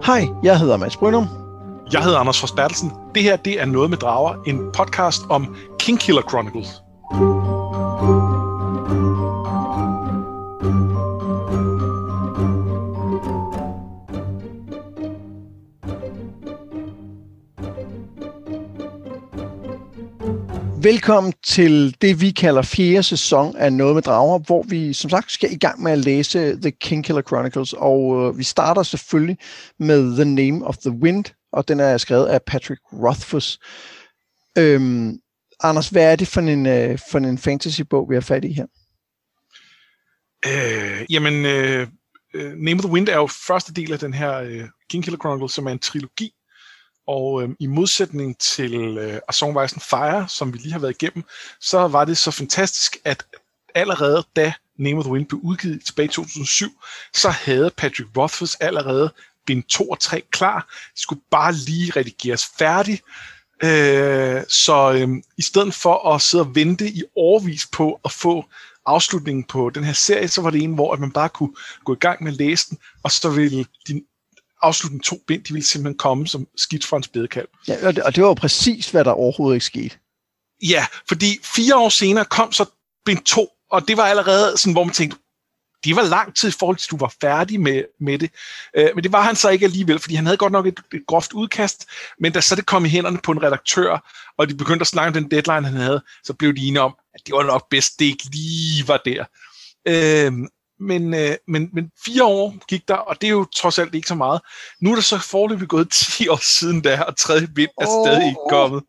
Hej, jeg hedder Mads Brynum. Jeg hedder Anders Frost Bertelsen. Det her, det er Noget med Drager, en podcast om Kingkiller Chronicles. Velkommen til det, vi kalder 4. sæson af Noget med Drager, hvor vi som sagt skal i gang med at læse The Kingkiller Chronicles, og vi starter selvfølgelig med The Name of the Wind, og den er skrevet af Patrick Rothfuss. Anders, hvad er det for en fantasy-bog, vi har fat i her? Name of the Wind er jo første del af den her Kingkiller Chronicles, som er en trilogi. Og i modsætning til A Song of Ice and Fire, som vi lige har været igennem, så var det så fantastisk, at allerede da Name of the Wind blev udgivet tilbage i 2007, så havde Patrick Rothfuss allerede bind 2 og 3 klar. Det skulle bare lige redigeres færdigt. Så i stedet for at sidde og vente i årevis på at få afslutningen på den her serie, så var det en, hvor man bare kunne gå i gang med at læse den, og så ville de afslutningen 2 bind, de ville simpelthen komme som skidt fra en spædekalv. Ja, og det var jo præcis, hvad der overhovedet ikke skete. Ja, fordi 4 år senere kom så bind 2, og det var allerede sådan, hvor man tænkte, det var lang tid i forhold til, at du var færdig med det. Men det var han så ikke alligevel, fordi han havde godt nok et groft udkast, men da så det kom i hænderne på en redaktør, og de begyndte at snakke om den deadline, han havde, så blev de enige om, at det var nok bedst, det ikke lige var der. Men 4 år gik der, og det er jo trods alt ikke så meget. Nu er der så foreløbig gået 10 år siden der, og 3. bind er stadig ikke kommet.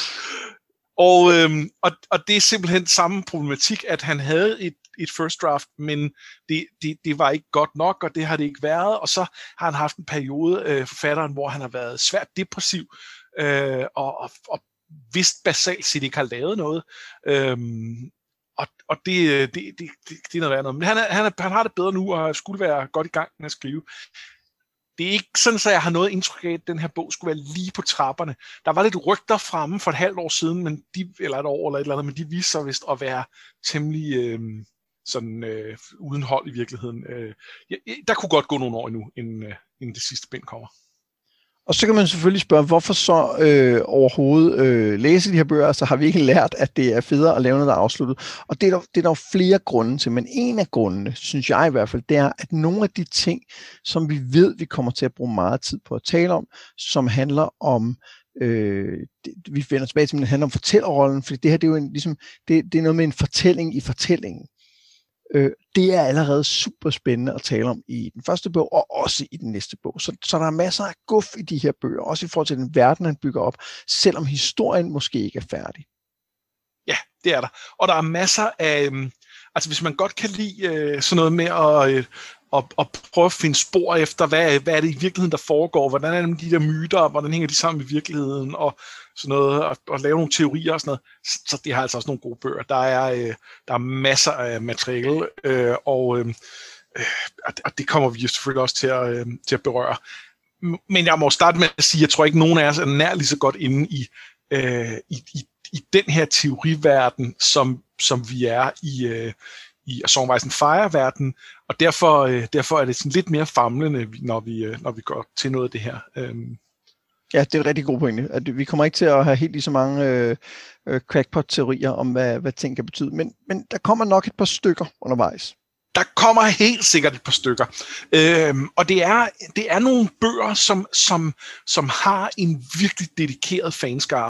Og det er simpelthen samme problematik, at han havde et first draft, men det var ikke godt nok, og det har det ikke været. Og så har han haft en periode, forfatteren, hvor han har været svært depressiv, og vist basalt set ikke har lavet noget. Og det er noget værd. Men han har det bedre nu, og skulle være godt i gang med at skrive. Det er ikke sådan, at jeg har noget indtryk af, at den her bog skulle være lige på trapperne. Der var lidt rygter fremme for et halvt år siden, eller et år eller et eller andet, men de viste sig vist at være temmelig uden hold i virkeligheden. Der kunne godt gå nogle år endnu, inden det sidste bind kommer. Og så kan man selvfølgelig spørge, hvorfor så overhovedet læse de her bøger, så har vi ikke lært, at det er federe at lave noget, der er afsluttet. Og det er der jo flere grunde til, men en af grundene, synes jeg i hvert fald, det er, at nogle af de ting, som vi ved, vi kommer til at bruge meget tid på at tale om, som handler om, vi vender tilbage til, det handler om fortællerrollen, fordi det her, det er jo det er noget med en fortælling i fortællingen. Det er allerede super spændende at tale om i den første bog, og også i den næste bog. Så der er masser af guf i de her bøger, også i forhold til den verden, han bygger op, selvom historien måske ikke er færdig. Ja, det er der. Og der er masser af, hvis man godt kan lide sådan noget med at prøve at finde spor efter, hvad er det i virkeligheden, der foregår, hvordan er det de der myter, hvordan hænger de sammen med virkeligheden, og sådan noget, og lave nogle teorier og sådan noget, så det har altså også nogle gode bøger. Der er masser af materiale, og det kommer vi selvfølgelig også til at berøre. Men jeg må starte med at sige, at jeg tror ikke, nogen af os er nær lige så godt inde i den her teoriverden, som vi er i A Song of Ice and Fire-verden, og derfor er det sådan lidt mere famlende, når vi går til noget af det her. Ja, det er en rigtig god pointe. At vi kommer ikke til at have helt lige så mange crackpot-teorier om, hvad ting kan betyde, men der kommer nok et par stykker undervejs. Der kommer helt sikkert et par stykker. Og det er nogle bøger, som har en virkelig dedikeret fanskare.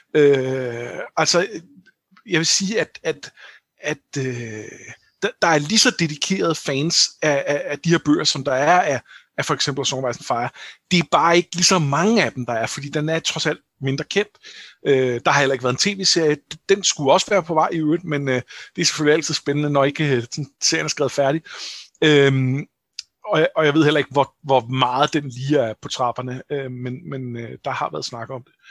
Jeg vil sige, at der er lige så dedikerede fans af de her bøger, som der er af for eksempel Song of Ice and Fire. Det er bare ikke lige så mange af dem, der er, fordi den er trods alt mindre kendt. Der har heller ikke været en tv-serie. Den skulle også være på vej i øvrigt, men det er selvfølgelig altid spændende, når ikke serien er skrevet færdig. Og jeg ved heller ikke, hvor meget den lige er på trapperne, men der har været snak om det.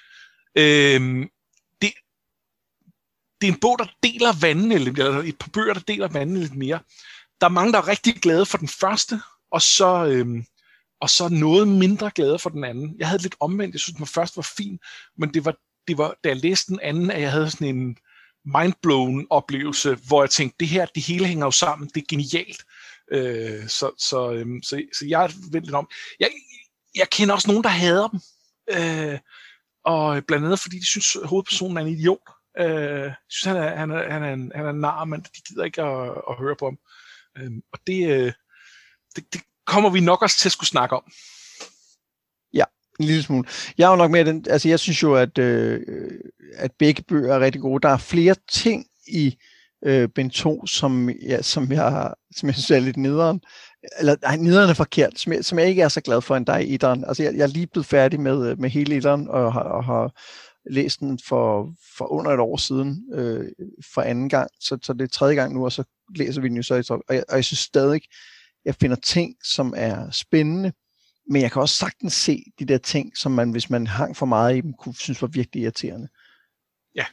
Det er en bog, der deler vandene, eller et par bøger, der deler vandene lidt mere. Der er mange, der er rigtig glade for den første, og så noget mindre glade for den anden. Jeg havde lidt omvendt. Jeg synes, den første var fin, men det var, da jeg læste den anden, at jeg havde sådan en mindblown oplevelse, hvor jeg tænkte, det hele hænger jo sammen. Det er genialt. Så jeg er vendt lidt om. jeg kender også nogen, der hader dem. Og blandt andet, fordi de synes, at hovedpersonen er en idiot. Jeg synes, han er en nar, men de gider ikke at høre på ham. Og det kommer vi nok også til at skulle snakke om. Ja, en lille smule. Jeg er jo nok mere den, altså jeg synes jo, at begge bøger er rigtig gode. Der er flere ting i Bind 2, som jeg synes er lidt nederen. Eller nej, nederen er forkert, som jeg ikke er så glad for, end dig i etteren. Altså jeg er lige blevet færdig med hele etteren, og har læst den for under et år siden, for anden gang. Så det er tredje gang nu, og så læser vi den jo så. Og jeg synes stadig, jeg finder ting, som er spændende, men jeg kan også sagtens se de der ting, som man, hvis man hang for meget i dem, kunne synes var virkelig irriterende. Ja.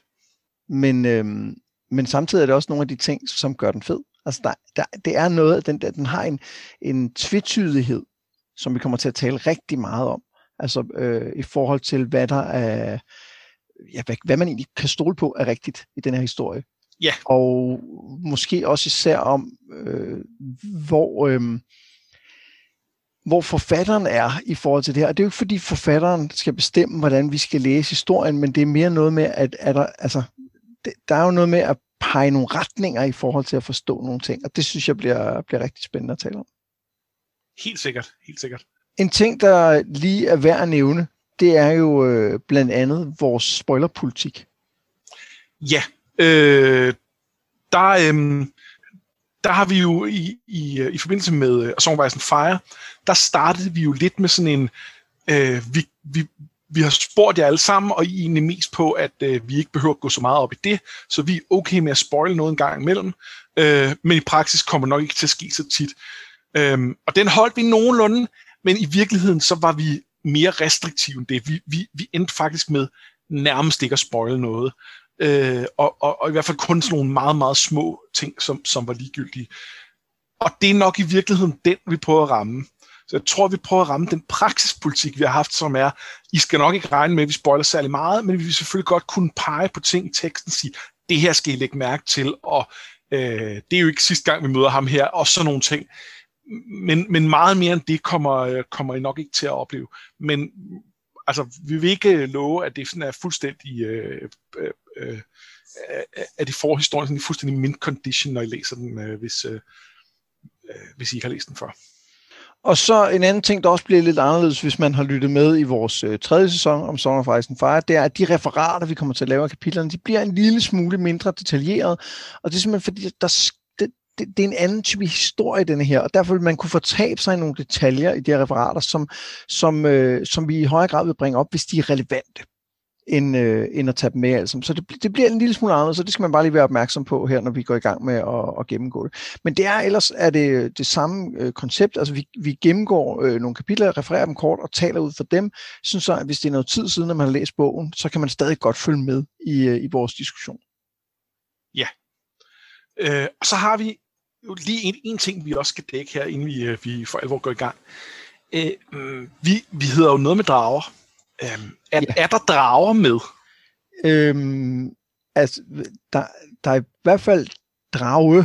Men samtidig er det også nogle af de ting, som gør den fed. Altså det er noget, den har en tvetydighed, som vi kommer til at tale rigtig meget om. Altså i forhold til, hvad der er, ja, hvad man egentlig kan stole på er rigtigt i den her historie. Ja. Og måske også især om, hvor forfatteren er i forhold til det her. Og det er jo ikke fordi forfatteren skal bestemme, hvordan vi skal læse historien, men det er mere noget med, at der er jo noget med at pege nogle retninger i forhold til at forstå nogle ting. Og det synes jeg bliver rigtig spændende at tale om. Helt sikkert, helt sikkert. En ting, der lige er værd at nævne, det er jo blandt andet vores spoilerpolitik. Ja, der har vi jo i forbindelse med A Song of Ice and Fire, der startede vi jo lidt med sådan en, vi har spurgt jer alle sammen, og I er egentlig mest på, at vi ikke behøver at gå så meget op i det, så vi er okay med at spoile noget en gang imellem, men i praksis kommer nok ikke til at ske så tit. Og den holdt vi nogenlunde, men i virkeligheden så var vi mere restriktive end det. Vi endte faktisk med nærmest ikke at spoile noget. Og i hvert fald kun sådan nogle meget, meget små ting, som var ligegyldige. Og det er nok i virkeligheden den, vi prøver at ramme. Så jeg tror, vi prøver at ramme den praksispolitik, vi har haft, som er, I skal nok ikke regne med, at vi spoiler særlig meget, men vi vil selvfølgelig godt kunne pege på ting i teksten og sige, det her skal I lægge mærke til, og det er jo ikke sidste gang, vi møder ham her, og sådan nogle ting. Men meget mere end det kommer I nok ikke til at opleve. Men altså, vi vil ikke love, at det sådan er fuldstændig at de får historien sådan i fuldstændig mint condition, når I læser den, hvis I ikke har læst den før. Og så en anden ting, der også bliver lidt anderledes, hvis man har lyttet med i vores tredje sæson om Song of Ice and Fire, det er, at de referater, vi kommer til at lave af kapitlerne, de bliver en lille smule mindre detaljeret, og det er simpelthen fordi, det er en anden type historie, denne her, og derfor vil man kunne fortabe sig i nogle detaljer i de her referater, som vi i højere grad vil bringe op, hvis de er relevante, end at tage dem med. Altså. Så det bliver en lille smule anderledes, så det skal man bare lige være opmærksom på her, når vi går i gang med at gennemgå det. Men ellers er det samme koncept, altså vi gennemgår nogle kapitler, refererer dem kort og taler ud for dem, sådan så at hvis det er noget tid siden, når man har læst bogen, så kan man stadig godt følge med i vores diskussion. Ja. Og så har vi jo lige en ting, vi også skal dække her, inden vi for alvor går i gang. Vi hedder jo noget med drager. Er der drager med? Altså, der er i hvert fald drage.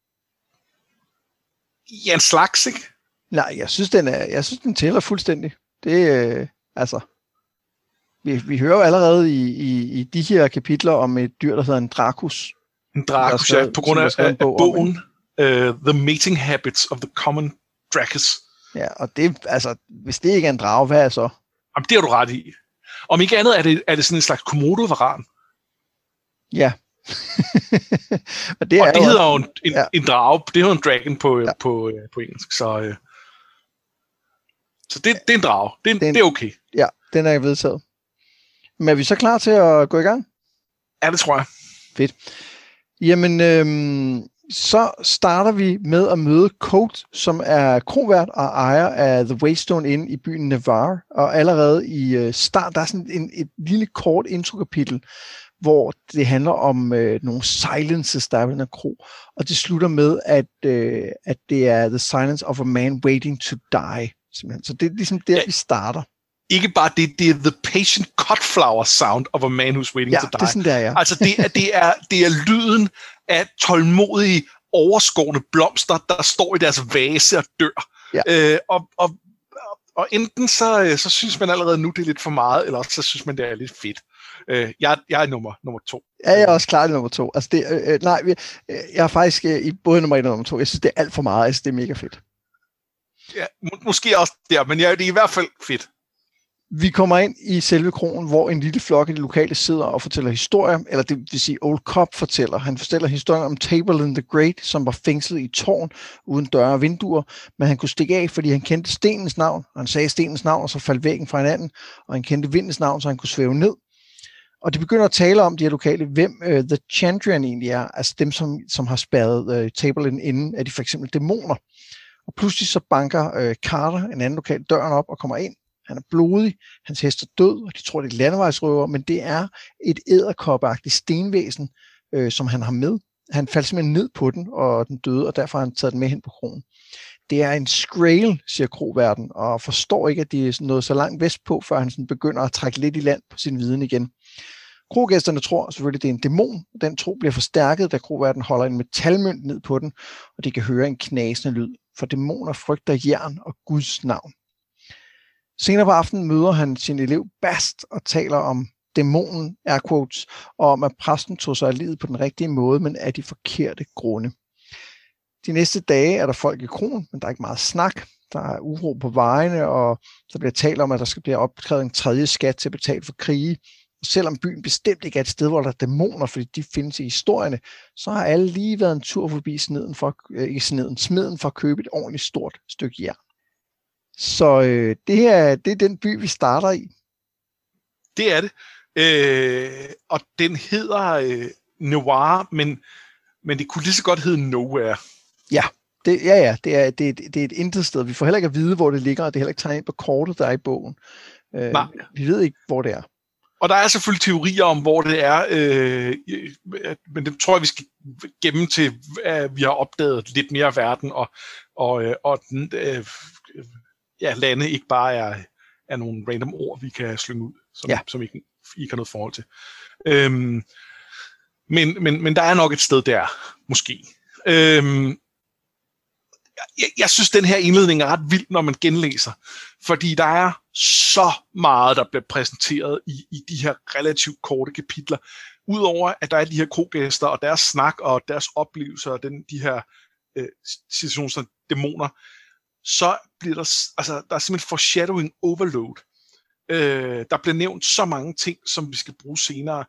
Ja, en slags, ikke? Nej, jeg synes, den tæller fuldstændig. Det altså... Vi hører jo allerede i de her kapitler om et dyr, der hedder en drakus. En drakus, ja, på grund af bogen The Mating Habits of the Common Drakus. Ja, og det, altså, hvis det ikke er en drage, hvad er så? Jamen, det har du ret i. Om ikke andet er det sådan en slags komodo-varan. Ja. og det hedder jo en drage. Det hedder en dragon på engelsk. Så det er en drage. Det er okay. Ja, den er vedtaget. Men er vi så klar til at gå i gang? Ja, det tror jeg. Fedt. Jamen, så starter vi med at møde Colt, som er krovært og ejer af The Waystone Inn i byen Navarre. Og allerede i start, der er sådan et lille kort introkapitel, hvor det handler om nogle silences, der er ved den kro. Og det slutter med, at det er The Silence of a Man Waiting to Die. Simpelthen. Så det er ligesom der, vi starter. Ikke bare det er the patient cut flower sound of a man who's waiting to die. Det er sådan der, ja. Altså det er lyden af tålmodige, overskårne blomster, der står i deres vase og dør. Ja. Og enten så synes man allerede nu, det er lidt for meget, eller også så synes man, det er lidt fedt. Jeg er nummer 2. Ja, jeg er også klar i nummer 2. Altså jeg er faktisk i både nummer 1 og nummer 2. Jeg synes, det er alt for meget. Jeg synes, det er mega fedt. Ja, måske også der, men det er i hvert fald fedt. Vi kommer ind i selve kroen, hvor en lille flok af de lokale sidder og fortæller historier, eller det vil sige Old Cobb fortæller. Han fortæller historien om Taborlin the Great, som var fængslet i et tårn uden døre og vinduer, men han kunne stikke af, fordi han kendte stenens navn, og han sagde stenens navn, og så faldt væggen fra hinanden, og han kendte vindens navn, så han kunne svæve ned. Og de begynder at tale om, de her lokale, hvem The Chandrian egentlig er, altså dem, som har spærret Taborlin inden, er de for eksempel dæmoner. Og pludselig så banker Carter, en anden lokal, døren op og kommer ind. Han er blodig, hans hest er død, og de tror, det er landevejsrøver, men det er et edderkoppeagtigt stenvæsen, som han har med. Han faldt simpelthen ned på den, og den døde, og derfor har han taget den med hen på kronen. Det er en Skrael, siger kroværten, og forstår ikke, at de er nået så langt vestpå, før han sådan begynder at trække lidt i land på sin viden igen. Krogæsterne tror selvfølgelig, det er en dæmon, og den tro bliver forstærket, da kroværten holder en metalmønt ned på den, og de kan høre en knasende lyd, for dæmoner frygter jern og Guds navn. Senere på aftenen møder han sin elev Bast og taler om dæmonen, air quotes, og om at præsten tog sig af livet på den rigtige måde, men af de forkerte grunde. De næste dage er der folk i kroen, men der er ikke meget snak. Der er uro på vejene, og der bliver talt om, at der skal blive opkrævet en tredje skat til at betale for krige. Og selvom byen bestemt ikke er et sted, hvor der er dæmoner, fordi de findes i historierne, så har alle lige været en tur forbi smeden for at købe et ordentligt stort stykke jern. Så det er den by, vi starter i. Det er det. Og den hedder Noir, men det kunne lige så godt hedde Nowhere. Ja, det er et intet sted. Vi får heller ikke at vide, hvor det ligger, og det er heller ikke tegnet ind på kortet, der er i bogen. Vi ved ikke, hvor det er. Og der er selvfølgelig teorier om, hvor det er, men det tror jeg, vi skal gemme til, at vi har opdaget lidt mere af verden, og den, lande ikke bare er nogle random ord, vi kan slynge ud, som ikke har noget forhold til. Men der er nok et sted der, måske. Jeg synes, den her indledning er ret vild, når man genlæser, fordi der er så meget, der bliver præsenteret i de her relativt korte kapitler. Udover at der er de her krogæster og deres snak og deres oplevelser og de her situationer som dæmoner, så bliver der er simpelthen foreshadowing overload. Der bliver nævnt så mange ting, som vi skal bruge senere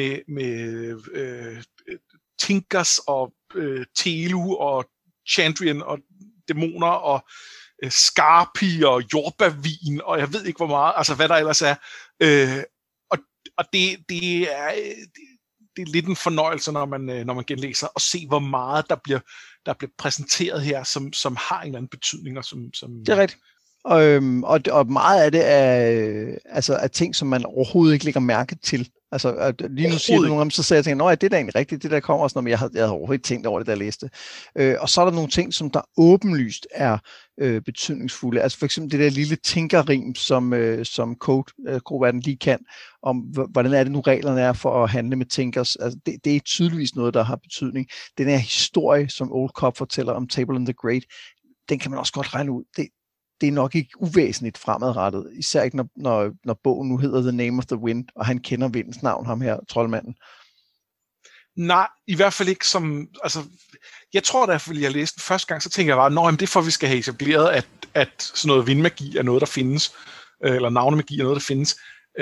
med Tinkers og Telu og Chandrian og dæmoner og Skarpi og jordbærvin og jeg ved ikke hvor meget, altså hvad der ellers er. Og det er lidt en fornøjelse, når man genlæser og se, hvor meget der bliver præsenteret her, som har en eller anden betydning. Og som det er rigtigt. Og meget af det er ting, som man overhovedet ikke lægger mærke til. Altså, lige nu siger du nogle af dem, så sagde jeg, det er da egentlig rigtigt, det der kommer også, når jeg havde overhovedet ikke tænkt over det, der jeg læste. Og så er der nogle ting, som der åbenlyst er betydningsfulde. Altså for eksempel det der lille tinkerrim, som Kroværten lige kan, om hvordan er det nu reglerne er for at handle med tinkers. Altså, det er tydeligvis noget, der har betydning. Den her historie, som Old Cobb fortæller om Taborlin the Great, den kan man også godt regne ud. Det er nok ikke uvæsentligt fremadrettet, især ikke når bogen nu hedder The Name of the Wind, og han kender vindens navn, ham her, troldmanden. Nej, i hvert fald ikke som, altså, jeg tror da, fordi jeg læste den første gang, så tænker jeg bare, det er for, at vi skal have etableret, at sådan noget vindmagi er noget, der findes, eller navnemagi er noget, der findes,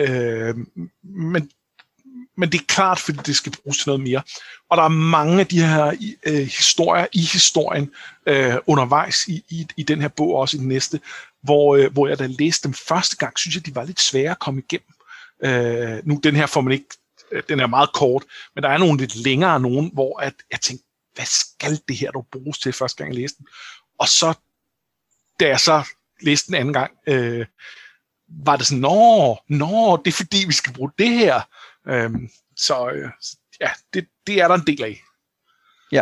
men det er klart, fordi det skal bruges til noget mere. Og der er mange af de her historier i historien undervejs i den her bog, også i den næste, hvor jeg da læste dem første gang, synes jeg, de var lidt svære at komme igennem. Nu, den her får man ikke, den er meget kort, men der er nogle lidt længere nogen, hvor jeg tænkte, hvad skal det her dog bruges til første gang, jeg læste den? Og så, da jeg så læste den anden gang, var det sådan, nå, det er fordi, vi skal bruge det her. Det er der en del af. Ja,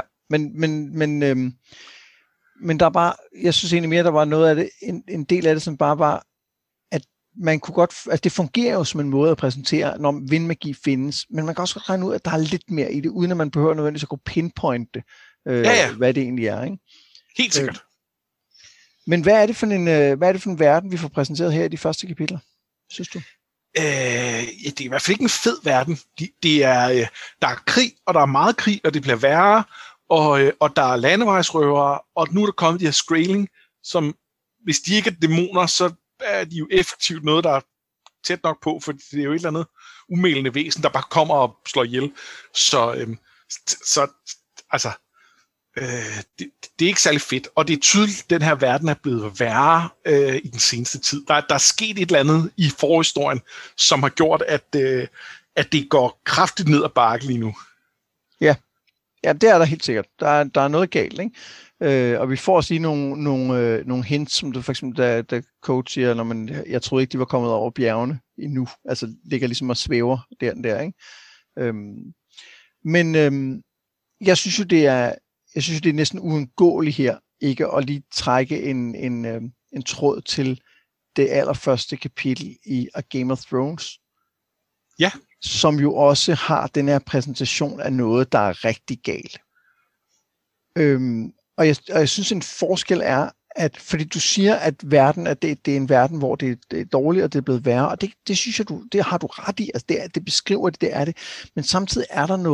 men der er bare, jeg synes egentlig mere, der var noget af det, en del af det, som bare var, at man kunne godt, altså det fungerer jo som en måde at præsentere, når vindmagi findes, men man kan også godt regne ud, at der er lidt mere i det, uden at man behøver nødvendigvis at kunne pinpointe, hvad det egentlig er, ikke? Helt sikkert. Men hvad er det for en verden, vi får præsenteret her i de første kapitler, synes du? Det er i hvert fald ikke en fed verden. Det er, der er krig, og der er meget krig, og det bliver værre, og der er landevejsrøvere, og nu er der kommet de her Skraeling, som, hvis de ikke er dæmoner, så er de jo effektivt noget, der er tæt nok på, for det er jo et eller andet umælende væsen, der bare kommer og slår ihjel. Så altså, det er ikke særlig fedt, og det er tydeligt, at den her verden er blevet værre i den seneste tid. Der er sket et eller andet i forhistorien, som har gjort, at det går kraftigt ned ad bakke lige nu. Ja, det er der helt sikkert. Der er noget galt, ikke? Og vi får også lige nogle hints, som du for eksempel, da Coach siger, jeg troede ikke, de var kommet over bjergene endnu. Altså, ligger ligesom og svæver der, ikke? Men jeg synes jo, det er næsten uundgåeligt her, ikke at lige trække en tråd til det allerførste kapitel i A Game of Thrones. Ja. Som jo også har den her præsentation af noget, der er rigtig galt. Og jeg synes, en forskel er, at fordi du siger, at verden, at det er en verden, hvor det er dårligt, og det er blevet værre, og det synes jeg, det har du ret i. Altså det beskriver det er det. Men samtidig er der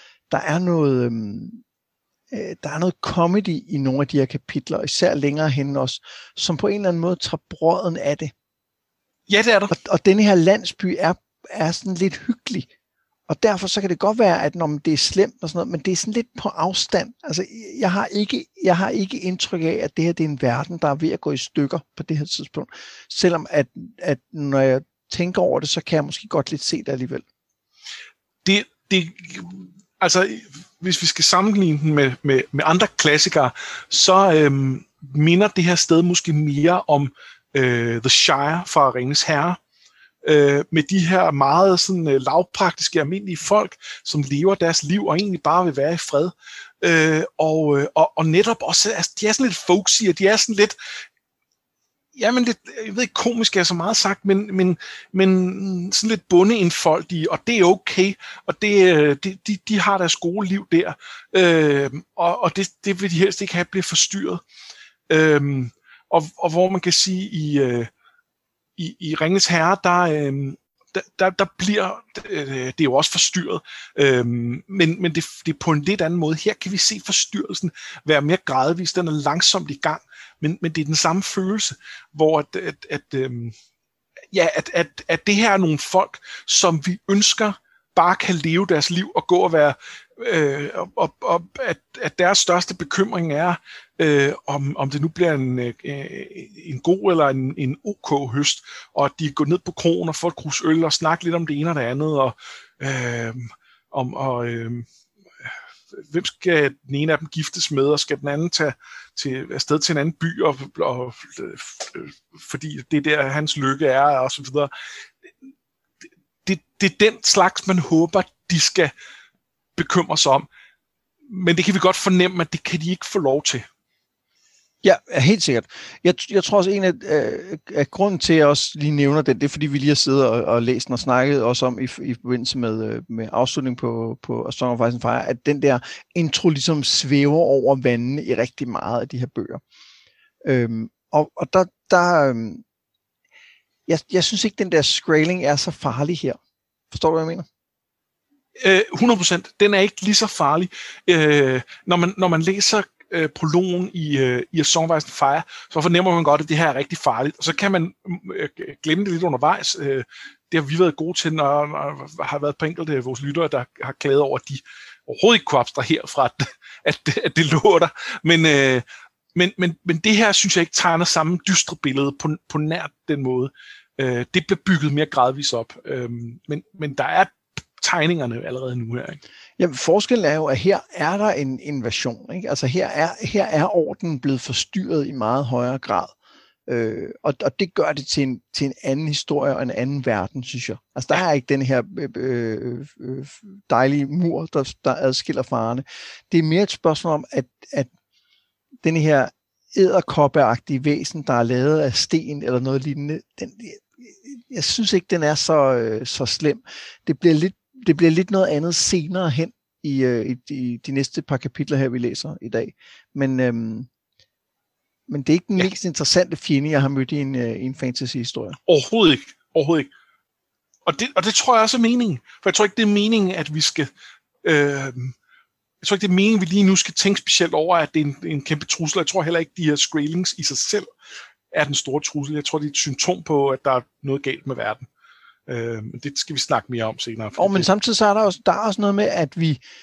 noget comedy i nogle af de her kapitler, især længere hen også, som på en eller anden måde tager brøden af det. Ja, det er der. Og denne her landsby er sådan lidt hyggelig. Og derfor så kan det godt være, at når det er slemt og sådan noget, men det er sådan lidt på afstand. Altså, jeg har ikke indtryk af, at det her det er en verden, der er ved at gå i stykker på det her tidspunkt. Selvom at når jeg tænker over det, så kan jeg måske godt lidt se det alligevel. Altså, hvis vi skal sammenligne den med andre klassikere, så minder det her sted måske mere om The Shire fra Ringenes Herre, med de her meget sådan lavpraktiske, almindelige folk, som lever deres liv og egentlig bare vil være i fred. Og netop også, altså, de er sådan lidt folksy, og de er sådan lidt, jamen lidt, jeg ved ikke, komisk er så meget sagt, men sådan lidt bondeindfoldige, og det er okay, og de har deres gode liv der, og det vil de helst ikke have bliver forstyrret. Og hvor man kan sige, i Ringenes Herre, der bliver det er jo også forstyrret, men det er på en lidt anden måde. Her kan vi se forstyrrelsen være mere gradvis, den er langsomt i gang, men det er den samme følelse, hvor at det her er nogle folk, som vi ønsker bare kan leve deres liv og gå og være, og at deres største bekymring er, om det nu bliver en god eller en OK høst, og at de går ned på krogen og får et krus øl og snakker lidt om det ene og det andet, og hvem skal den ene af dem giftes med, og skal den anden tage afsted til en anden by, og fordi det der hans lykke er, og så videre. Det er den slags, man håber, de skal bekymre sig om. Men det kan vi godt fornemme, at det kan de ikke få lov til. Ja, helt sikkert. Jeg tror også, en af grunden til, at jeg også lige nævner det er fordi vi lige har siddet og læst den og snakket også om i forbindelse med afslutning på A Song of Ice and Fire, at den der intro ligesom svæver over vandene i rigtig meget af de her bøger. Og jeg synes ikke, den der Skraeling er så farlig her. Forstår du, hvad jeg mener? 100%. Den er ikke lige så farlig. Når man læser prologen i A Song of Ice and Fire, så fornemmer man godt, at det her er rigtig farligt. Og så kan man glemme det lidt undervejs. Det har vi været gode til, når har været på enkelte af vores lyttere, der har klaget over, at de overhovedet ikke kunne abstrahere fra, at det lå der. Men det her, synes jeg ikke tegner samme dystre billede på nær den måde. Det bliver bygget mere gradvist op. Men der er tegningerne allerede nu her, ikke? Jamen, forskellen er jo, at her er der en invasion, ikke? Altså her er ordenen blevet forstyrret i meget højere grad. Og det gør det til en anden historie og en anden verden, synes jeg. Altså der er ikke den her dejlige mur, der adskiller farerne. Det er mere et spørgsmål om, at den her edderkoppeagtige væsen, der er lavet af sten eller noget lignende, jeg synes ikke, den er så slem. Det bliver lidt noget andet senere hen i de næste par kapitler her, vi læser i dag. Men Men det er ikke den mest interessante fjende, jeg har mødt i en fantasy-historie. Overhovedet ikke. Overhovedet ikke. Og det tror jeg også er meningen. For jeg tror ikke, det er meningen, at vi skal... jeg tror ikke, det er meningen, at vi lige nu skal tænke specielt over, at det er en kæmpe trussel. Jeg tror heller ikke, at de her Skraelings i sig selv er den store trussel. Jeg tror, det er et symptom på, at der er noget galt med verden. Men det skal vi snakke mere om senere. Men samtidig så er der også noget med, at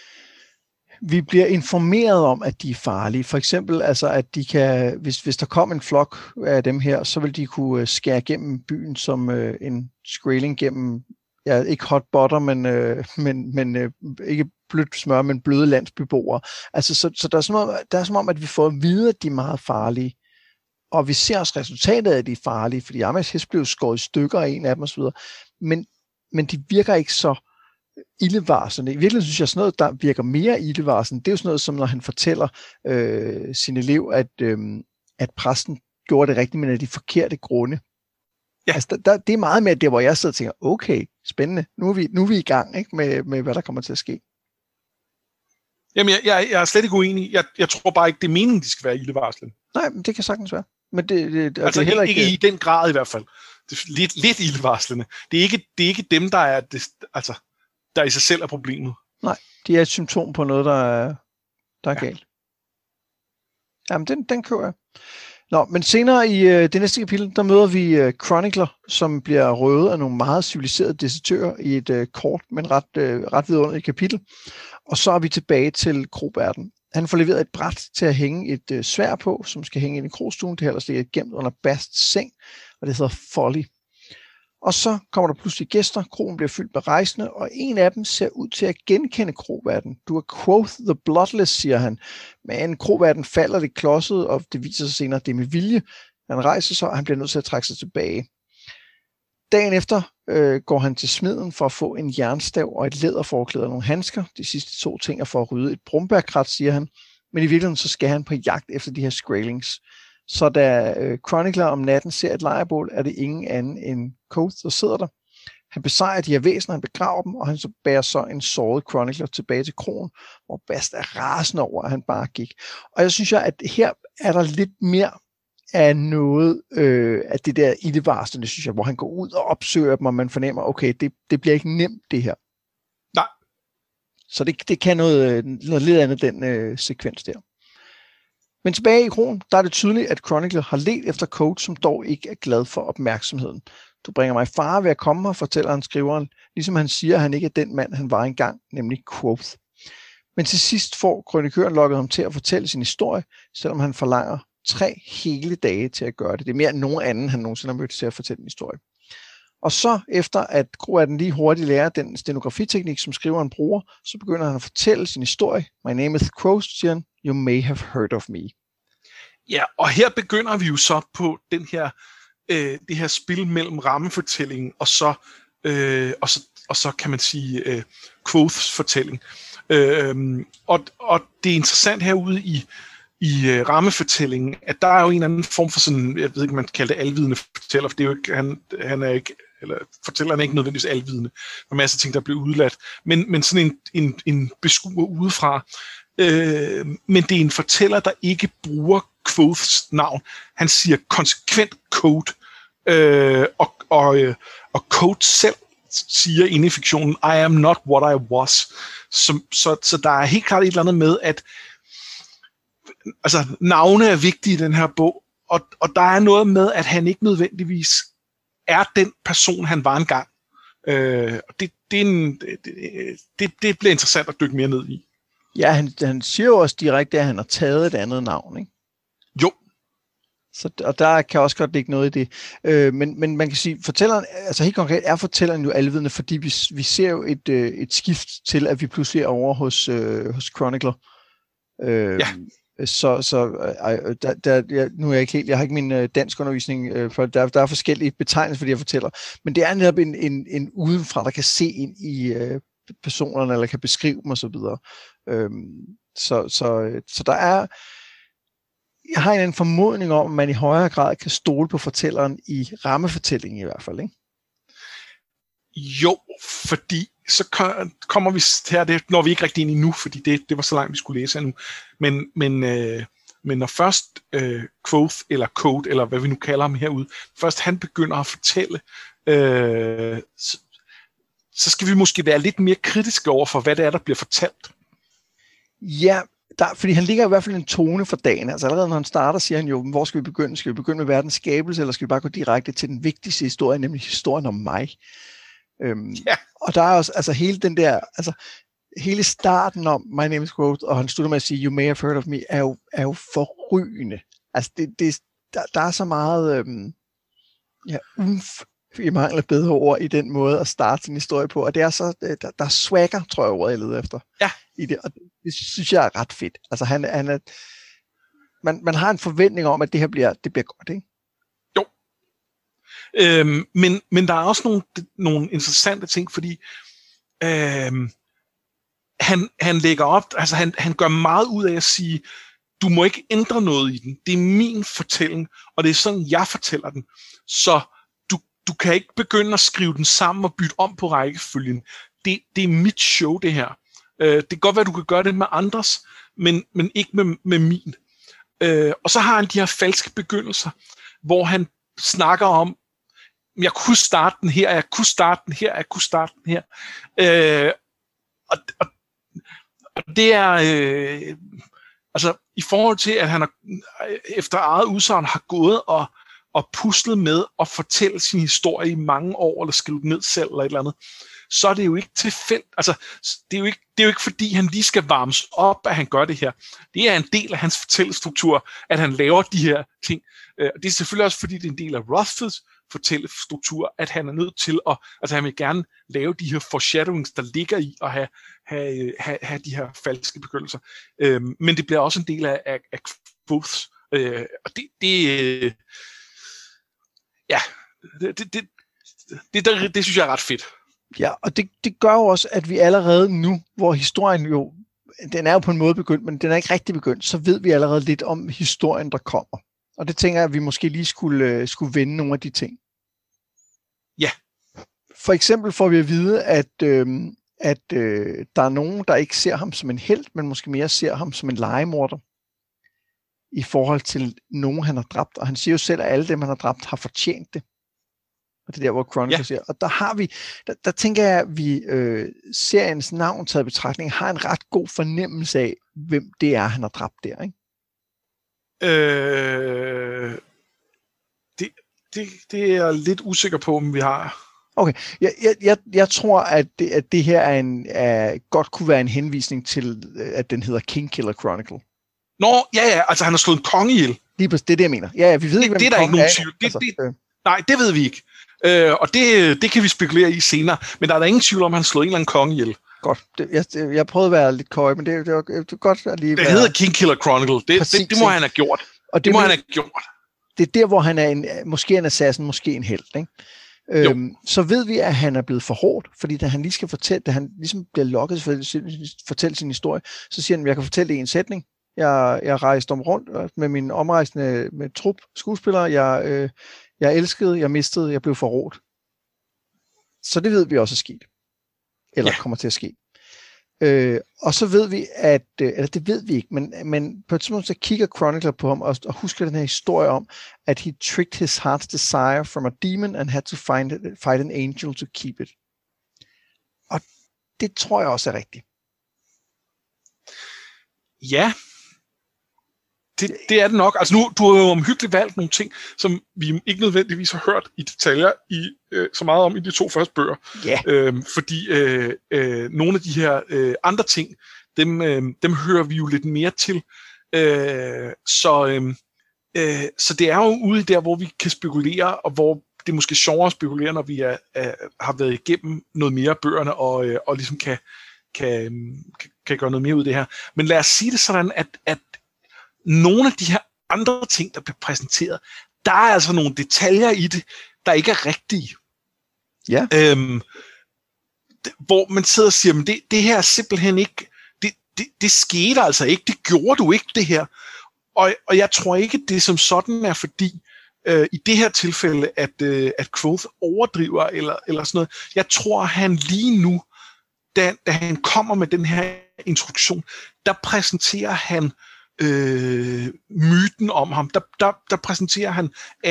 vi bliver informeret om, at de er farlige. For eksempel, altså, at de kan, hvis der kom en flok af dem her, så vil de kunne skære gennem byen som en Skraeling gennem, ja, ikke hot butter, men ikke blødt smør, men bløde landsbyboere. Altså, så der er som om, at vi får at vide, at de er meget farlige. Og vi ser også resultatet af, at de er farlige, fordi Amas hest blev skåret i stykker af en af dem osv. Men de virker ikke så ildevarslende. I virkeligheden synes jeg, sådan noget, der virker mere ildevarslende, det er jo sådan noget, som når han fortæller sin elev, at præsten gjorde det rigtigt, men af de forkerte grunde. Ja. Altså, det er meget mere det, hvor jeg sidder og tænker, okay, spændende, nu er vi i gang, ikke, med hvad der kommer til at ske. Jamen, jeg er slet ikke uenig. Jeg tror bare ikke, det er meningen, de skal være ildevarslende. Nej, men det kan sagtens være. Men det altså det er heller ikke i den grad i hvert fald. Det er lidt ildevarslende. Det er ikke dem, der er der i sig selv er problemet. Nej, de er et symptom på noget, der er galt. Jamen, den kører jeg. Nå, men senere i det næste kapitel, der møder vi Chronicler, som bliver røvet af nogle meget civiliserede desertører i et kort, men ret vidunderligt kapitel. Og så er vi tilbage til Kroberten. Han får leveret et bræt til at hænge et sværd på, som skal hænge ind i krogstuen. Det her ellers ligger gemt under Basts seng, og det hedder Folly. Og så kommer der pludselig gæster. Krogen bliver fyldt med rejsende, og en af dem ser ud til at genkende Kroberten. Du er Quoth the Bloodless, siger han. Men Kroberten falder det klodset, og det viser sig senere, at det er med vilje. Han rejser sig, og han bliver nødt til at trække sig tilbage. Dagen efter går han til smeden for at få en jernstav og et læderforklæde og nogle handsker. De sidste 2 ting er for at rydde et brumbærkrat, siger han. Men i virkeligheden så skal han på jagt efter de her Skraelings. Så da Chronicler om natten ser et lejrebål, er det ingen anden end Quoth, der sidder der. Han besejrer de her væsener, han begraver dem, og han så bærer så en såret Chronicler tilbage til krogen, hvor Bast er rasende over, at han bare gik. Og jeg synes at her er der lidt mere af noget af det der ildevarslende, synes jeg, hvor han går ud og opsøger dem, og man fornemmer, okay, det bliver ikke nemt, det her. Nej. Så det kan noget lidt andet, den sekvens der. Men tilbage i krogen, der er det tydeligt, at Chronicler har ledt efter Code, som dog ikke er glad for opmærksomheden. Du bringer mig i fare ved at komme her, fortæller han skriveren, ligesom han siger, at han ikke er den mand, han var engang, nemlig Quoth. Men til sidst får kronikøren lokket ham til at fortælle sin historie, selvom han forlanger 3 hele dage til at gøre det. Det er mere end nogen anden, han nogensinde har mødt til at fortælle en historie. Og så efter at Kroaten lige hurtigt lærer den stenografiteknik, som skriveren bruger, så begynder han at fortælle sin historie. My name is Quoth, siger han. You may have heard of me. Ja, og her begynder vi jo så på den her, det her spil mellem rammefortællingen og så kan man sige Quoths fortælling. Og det er interessant herude i rammefortællingen, at der er jo en eller anden form for sådan, jeg ved ikke, man kan kalde det alvidende fortæller, for det er jo ikke, han er ikke, eller fortælleren er ikke nødvendigvis alvidende. Der er masser af ting, der bliver udladt. Men sådan en beskuer udefra. Men det er en fortæller, der ikke bruger Quoths navn. Han siger konsekvent Code. Og Code selv siger inde i fiktionen, I am not what I was. Så der er helt klart et eller andet med, at altså, navne er vigtige i den her bog, og der er noget med, at han ikke nødvendigvis er den person, han var engang. Det bliver interessant at dykke mere ned i. Ja, han siger jo også direkte, at han har taget et andet navn, ikke? Jo. Og der kan også godt ligge noget i det. Men man kan sige, fortælleren, altså helt konkret er fortælleren jo alvidende, fordi vi ser jo et skift til, at vi pludselig er over hos Chronicler. Ja. Nu er jeg ikke helt, jeg har ikke min dansk undervisning, for der er forskellige betegnelser for de her fortæller, men det er netop en udenfra, der kan se ind i personerne, eller kan beskrive dem osv. Så der er, jeg har en formodning om, at man i højere grad kan stole på fortælleren i rammefortællingen i hvert fald, ikke? Jo, fordi så kommer vi her, det når vi ikke rigtig ind i nu, fordi det var så langt, vi skulle læse nu. Men Men når først Quoth eller Code, eller hvad vi nu kalder ham herude, først han begynder at fortælle, så skal vi måske være lidt mere kritiske over for, hvad det er, der bliver fortalt. Ja, fordi han ligger i hvert fald en tone for dagen. Altså allerede når han starter, siger han jo, hvor skal vi begynde? Skal vi begynde med verdens skabelse, eller skal vi bare gå direkte til den vigtigste historie, nemlig historien om mig? Og der er også altså hele den der, altså hele starten om My Name is Quoth, og han slutter med at sige, You may have heard of me, er jo forrygende. Altså der er så meget i mangel af bedre ord i den måde at starte sin historie på, og det er så, der er swagger, tror jeg, ordet jeg leder efter. Ja. I det, og det synes jeg er ret fedt. Altså han er, man har en forventning om, at det her bliver godt, ikke? Jo. Men der er også nogle interessante ting, fordi han lægger op, altså han gør meget ud af at sige, du må ikke ændre noget i den. Det er min fortælling, og det er sådan, jeg fortæller den. Så du kan ikke begynde at skrive den sammen og bytte om på rækkefølgen. Det er mit show, det her. Det kan godt være, at du kan gøre det med andres, men ikke med min. Og så har han de her falske begyndelser, hvor han snakker om, jeg kunne starte den her, jeg kunne starte den her, jeg kunne starte den her. Og det er... altså, i forhold til, at han efter eget udsagn har gået og puslet med at fortælle sin historie i mange år, eller skrive den ned selv, eller et eller andet, så er det jo ikke tilfældigt. Altså, det er jo ikke fordi, han lige skal varmes op, at han gør det her. Det er en del af hans fortællestruktur, at han laver de her ting. Det er selvfølgelig også fordi, det er en del af Rothfuss fortællestruktur, at han er nødt til at, altså han vil gerne lave de her foreshadowings, der ligger i at have de her falske begyndelser. Men det bliver også en del af Quoths. Og det synes jeg er ret fedt. Ja, og det gør jo også, at vi allerede nu, hvor historien jo, den er jo på en måde begyndt, men den er ikke rigtig begyndt, så ved vi allerede lidt om historien, der kommer. Og det tænker jeg, at vi måske lige skulle vende nogle af de ting. Ja. For eksempel får vi at vide, at der er nogen, der ikke ser ham som en helt, men måske mere ser ham som en legemorder i forhold til nogen, han har dræbt. Og han siger jo selv, at alle dem, han har dræbt, har fortjent det. Og det er der, hvor Chronicle siger. Og der har vi, der tænker jeg, at vi seriens navn taget i betragtning, har en ret god fornemmelse af, hvem det er, han har dræbt der, ikke? Det er jeg lidt usikker på, om vi har. Okay, jeg tror, at det her godt kunne være en henvisning til, at den hedder Kingkiller Chronicle. Nå, ja, altså han har slået en konge ihjel. Lige præcis, det er det, jeg mener. Ja, vi ved ikke, hvem det er der ikke nogen tvivl. Nej, det ved vi ikke. Og det kan vi spekulere i senere. Men der er der ingen tvivl om, at han slået en eller anden konge ihjel. Godt. Jeg prøvede at være lidt køj, men det var godt at lige... Det hedder Kingkiller Chronicle. Det må han have gjort. Og det må han have gjort. Det er der, hvor han er måske en assassin, måske en helt, ikke? Så ved vi, at han er blevet for hårdt, fordi da han lige skal fortælle, da han ligesom bliver lokket for at fortælle sin historie, så siger han, at jeg kan fortælle det i en sætning. Jeg rejste om rundt med min omrejsende med trup skuespillere. Jeg elskede, jeg mistede, jeg blev forrådt. Så det ved vi også er sket. Eller kommer til at ske. Og så ved vi, eller det ved vi ikke, men på et tidspunkt så kigger Chronicler på ham og husker den her historie om, at he tricked his heart's desire from a demon and had to fight an angel to keep it. Og det tror jeg også er rigtigt. Ja, det er det nok. Altså nu, du har jo omhyggeligt valgt nogle ting, som vi ikke nødvendigvis har hørt i detaljer så meget om i de 2 første bøger. Yeah. Fordi nogle af de her andre ting, dem hører vi jo lidt mere til. Så det er jo ude der, hvor vi kan spekulere, og hvor det er måske sjovere at spekulere, når vi har været igennem noget mere af bøgerne, og ligesom kan gøre noget mere ud af det her. Men lad os sige det sådan, at nogle af de her andre ting, der bliver præsenteret, der er altså nogle detaljer i det, der ikke er rigtige. Ja. Hvor man sidder og siger, men det her er simpelthen ikke, det skete altså ikke, det gjorde du ikke det her. Og jeg tror ikke, det som sådan er fordi, i det her tilfælde, at Quoth overdriver eller sådan noget. Jeg tror, han lige nu, da han kommer med den her introduktion, der præsenterer han myten om ham, der præsenterer han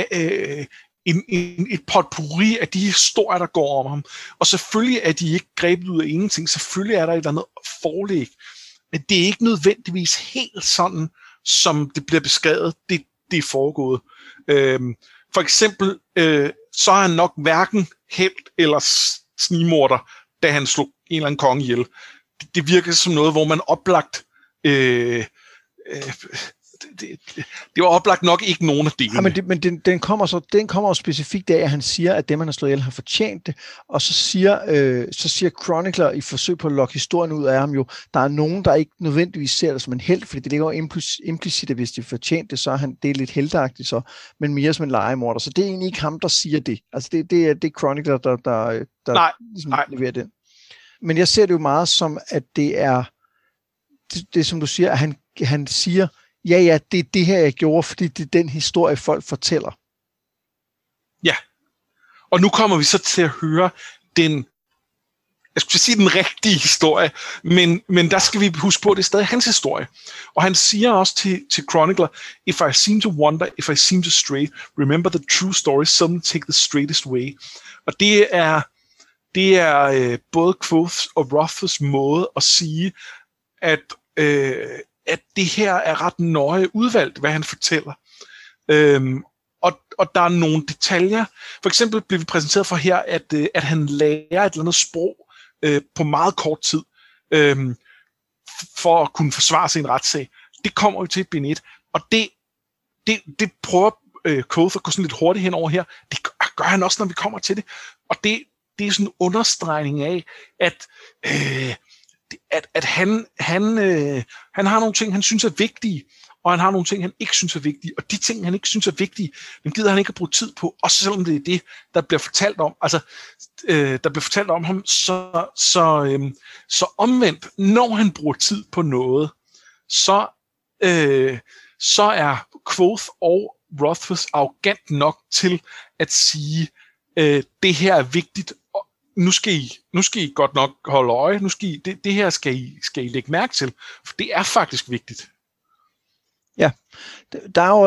et potpourri af de historier, der går om ham. Og selvfølgelig er de ikke grebet ud af ingenting. Selvfølgelig er der et eller andet forlæg. Men det er ikke nødvendigvis helt sådan, som det bliver beskrevet, det er foregået. For eksempel, så er han nok hverken helt eller snigmorder, da han slog en eller anden konge ihjel. Det virker som noget, hvor man oplagt... Det var oplagt nok ikke nogen af delene. Ja, men den kommer jo specifikt af, at han siger, at dem, man har slået ihjel, har fortjent det. Og så siger Chronicler i forsøg på at lokke historien ud af ham jo, der er nogen, der ikke nødvendigvis ser det som en helt, fordi det ligger jo implicit, at hvis de fortjent det, så er det er lidt heltagtigt, så, men mere som en legemorder. Så det er egentlig ikke ham, der siger det. Altså det er Chronicler, der ligesom leverer det. Men jeg ser det jo meget som, at det er det som du siger, at han siger, ja, det er det her, jeg gjorde, fordi det er den historie, folk fortæller. Ja, og nu kommer vi så til at høre den rigtige historie, men der skal vi huske på, at det er stadig hans historie. Og han siger også til Chronicler, if I seem to wander, if I seem to stray, remember the true story, some take the straightest way. Og det er både Quoth og Rothfuss måde at sige, at det her er ret nøje udvalgt, hvad han fortæller. Og der er nogle detaljer. For eksempel bliver vi præsenteret for her, at han lærer et eller andet sprog på meget kort tid, for at kunne forsvare sin retssag. Det kommer jo til et bind 1, og det prøver Quoth at gå sådan lidt hurtigt hen over her. Det gør han også, når vi kommer til det. Og det er sådan en understregning af, at han har nogle ting, han synes er vigtige, og han har nogle ting, han ikke synes er vigtige. Og de ting, han ikke synes er vigtige, dem gider han ikke at bruge tid på, også selvom det er det, der bliver fortalt om. Altså, der bliver fortalt om ham, så omvendt, når han bruger tid på noget, så er Quoth og Rothfuss arrogant nok til at sige, det her er vigtigt, nu skal I godt nok holde øje, det her skal I lægge mærke til, for det er faktisk vigtigt. Ja, der er jo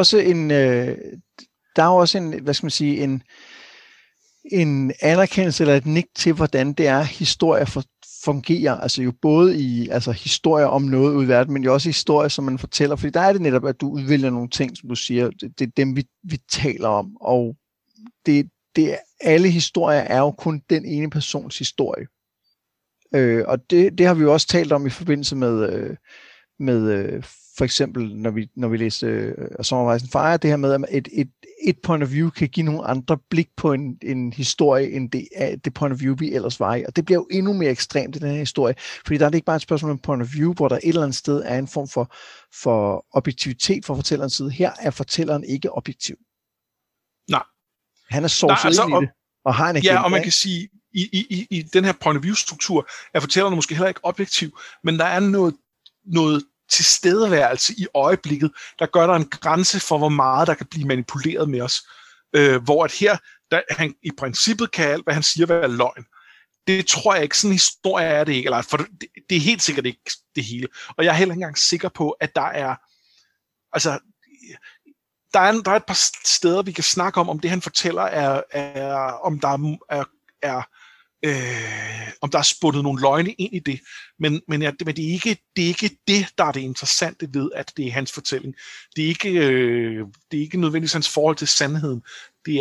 også en, hvad skal man sige, en anerkendelse eller et nik til, hvordan det er, historier fungerer, altså jo både i historier om noget ud i verden, men jo også historier, som man fortæller, fordi der er det netop, at du udvælger nogle ting, som du siger, det er dem, vi taler om, og alle historier er jo kun den ene persons historie. Og det har vi jo også talt om i forbindelse med for eksempel, når vi læser Sommervejsen Fire, det her med, at et point of view kan give nogle andre blik på en historie, end det point of view, vi ellers var i. Og det bliver jo endnu mere ekstremt i den her historie, fordi der er det ikke bare et spørgsmål om point of view, hvor der et eller andet sted er en form for objektivitet fra fortællerens side. Her er fortælleren ikke objektiv. Nej. Han er sovset ind i det, og har en agenda. Ja, og man kan sige, i den her point of view-struktur, er fortællerne måske heller ikke objektiv, men der er noget tilstedeværelse i øjeblikket, der gør der en grænse for, hvor meget der kan blive manipuleret med os. Hvor at her, han i princippet kan alt, hvad han siger, være løgn. Det tror jeg ikke, sådan en historie er det ikke, eller for det er helt sikkert ikke det hele. Og jeg er heller ikke engang sikker på, at der er, altså, der er et par steder, vi kan snakke om det han fortæller, om der er spundet nogle løgne ind i det. Men det er ikke det, der er det interessante ved, at det er hans fortælling. Det er ikke nødvendigvis hans forhold til sandheden. Det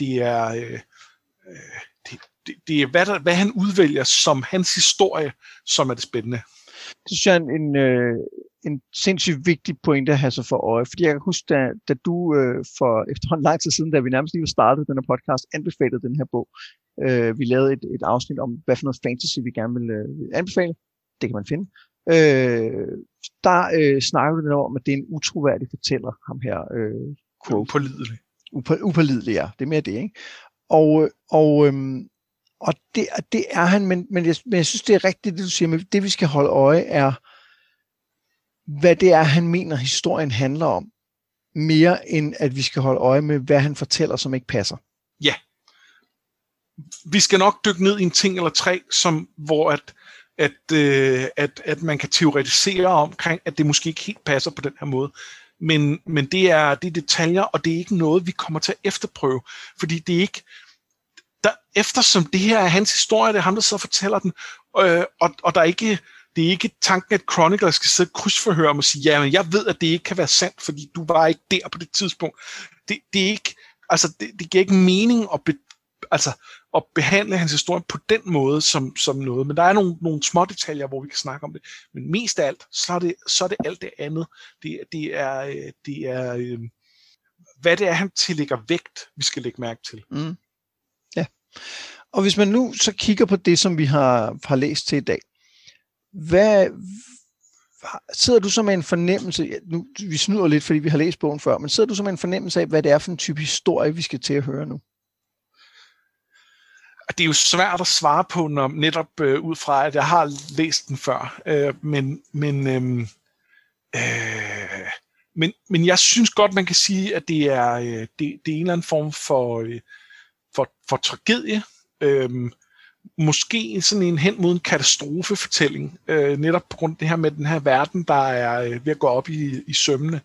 er hvad han udvælger som hans historie, som er det spændende. Det synes jeg er en sindssygt vigtig pointe at have sig for øje, fordi jeg kan huske, da du for efterhånden lang tid siden, da vi nærmest lige startede den her podcast, anbefalede den her bog. Vi lavede et afsnit om, hvad for noget fantasy vi gerne vil anbefale. Det kan man finde. Der snakker vi om, at det er en utroværdig fortæller, ham her. Upålidelig. Upålidelig, ja. Det er mere det, ikke? Og det er han, men jeg synes, det er rigtigt, det du siger, men det vi skal holde øje er, hvad det er, han mener, historien handler om, mere end at vi skal holde øje med, hvad han fortæller, som ikke passer. Ja. Vi skal nok dykke ned i en ting eller tre, hvor at at man kan teoretisere omkring, at det måske ikke helt passer på den her måde. Men det er detaljer, og det er ikke noget, vi kommer til at efterprøve. Fordi det er ikke... eftersom det her er hans historie, det er ham, der sidder og fortæller den, og der er ikke... Det er ikke tanken, at Chronicler skal sidde og krydsforhøre om og sige, ja, men jeg ved, at det ikke kan være sandt, fordi du var ikke der på det tidspunkt. Det er ikke... Altså, det giver ikke mening at behandle hans historie på den måde som noget. Men der er nogle små detaljer, hvor vi kan snakke om det. Men mest af alt, så er det alt det andet. Det er hvad det er, han tillægger vægt, vi skal lægge mærke til. Mm. Ja. Og hvis man nu så kigger på det, som vi har læst til i dag, hvad sidder du så med en fornemmelse, nu vi snyder lidt, fordi vi har læst bogen før, men sidder du så med en fornemmelse af, hvad det er for en type historie, vi skal til at høre nu? Det er jo svært at svare på, når netop ud fra, at jeg har læst den før. Men jeg synes godt, man kan sige, at det er en eller anden form for tragedie. Måske sådan en hen mod en katastrofefortælling. Netop på grund af det her med den her verden, der er ved at gå op i sømmene.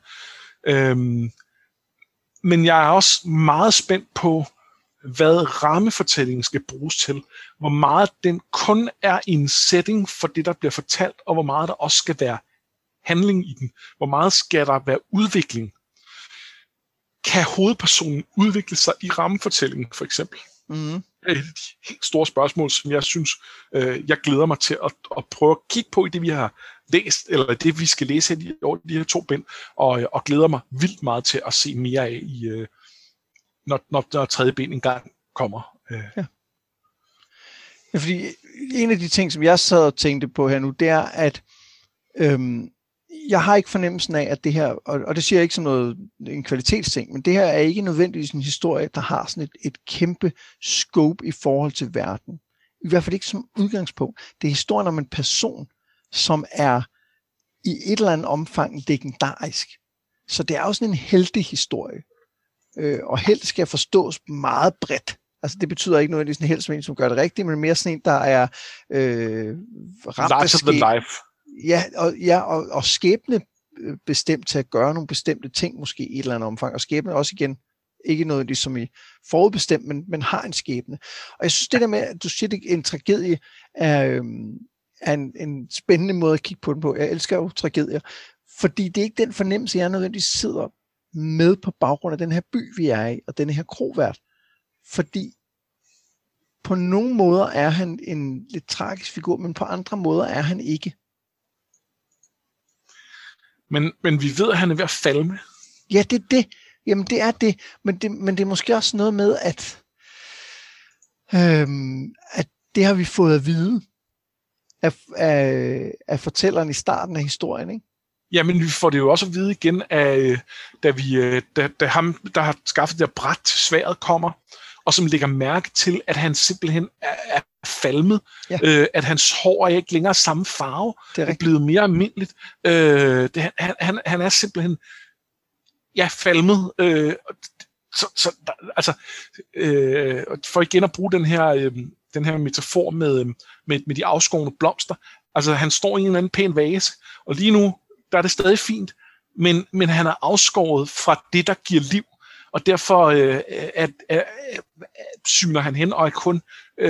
Men jeg er også meget spændt på, hvad rammefortællingen skal bruges til. Hvor meget den kun er en setting for det, der bliver fortalt, og hvor meget der også skal være handling i den. Hvor meget skal der være udvikling? Kan hovedpersonen udvikle sig i rammefortællingen, for eksempel? Mm. Det er et af de helt store spørgsmål, som jeg synes, jeg glæder mig til at prøve at kigge på i det, vi har læst, eller det, vi skal læse i de her 2 bind, og glæder mig vildt meget til at se mere af i når 3. bind engang kommer. Ja. Ja, fordi en af de ting, som jeg sad og tænkte på her nu, det er, at jeg har ikke fornemmelsen af, at det her, og det siger jeg ikke som noget en kvalitetsting, men det her er ikke nødvendigvis en historie, der har sådan et kæmpe scope i forhold til verden. I hvert fald ikke som udgangspunkt. Det er historien om en person, som er i et eller andet omfang legendarisk. Så det er jo sådan en heltehistorie. Og held skal forstås meget bredt. Altså det betyder ikke nødvendigvis en held som en, som gør det rigtigt, men mere sådan en, der er ramt af skæbne. Og skæbne bestemt til at gøre nogle bestemte ting, måske i et eller andet omfang. Og skæbne også igen, ikke noget som i forudbestemt, men har en skæbne. Og jeg synes det der med, at du siger, at en tragedie er en spændende måde at kigge på den på. Jeg elsker jo tragedier, fordi det er ikke den fornemmelse, jeg nødvendigvis sidder med på baggrund af den her by, vi er i, og den her krovært. Fordi på nogle måder er han en lidt tragisk figur, men på andre måder er han ikke. Men vi ved, at han er ved at falme. Ja, det er det. Jamen, det er det. Men det er måske også noget med, at det har vi fået at vide af fortælleren i starten af historien, ikke? Ja, men vi får det jo også at vide igen, da ham, der har skaffet det der bræt til sværdet, kommer, og som lægger mærke til, at han simpelthen er falmet, ja. At hans hår er ikke længere samme farve, det er blevet mere almindeligt. Han er simpelthen falmet. For igen at bruge den her metafor med de afskårne blomster, altså han står i en eller anden pæn vase, og lige nu der er det stadig fint, men han er afskåret fra det, der giver liv, og derfor syner han hen, og er kun,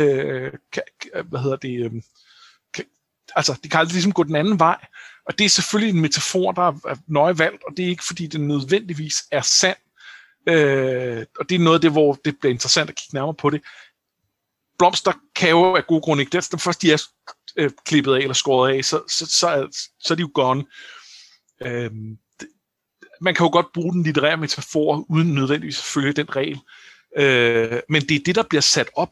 det kan aldrig ligesom gå den anden vej, og det er selvfølgelig en metafor, der er nøje valgt, og det er ikke fordi, det nødvendigvis er sand, og det er noget af det, hvor det bliver interessant at kigge nærmere på det. Blomster kan jo af gode grunde ikke, det er først de er klippet af eller skåret af, så er de jo gone. Man kan jo godt bruge den litterære metafor uden nødvendigvis at følge den regel, men det er det, der bliver sat op.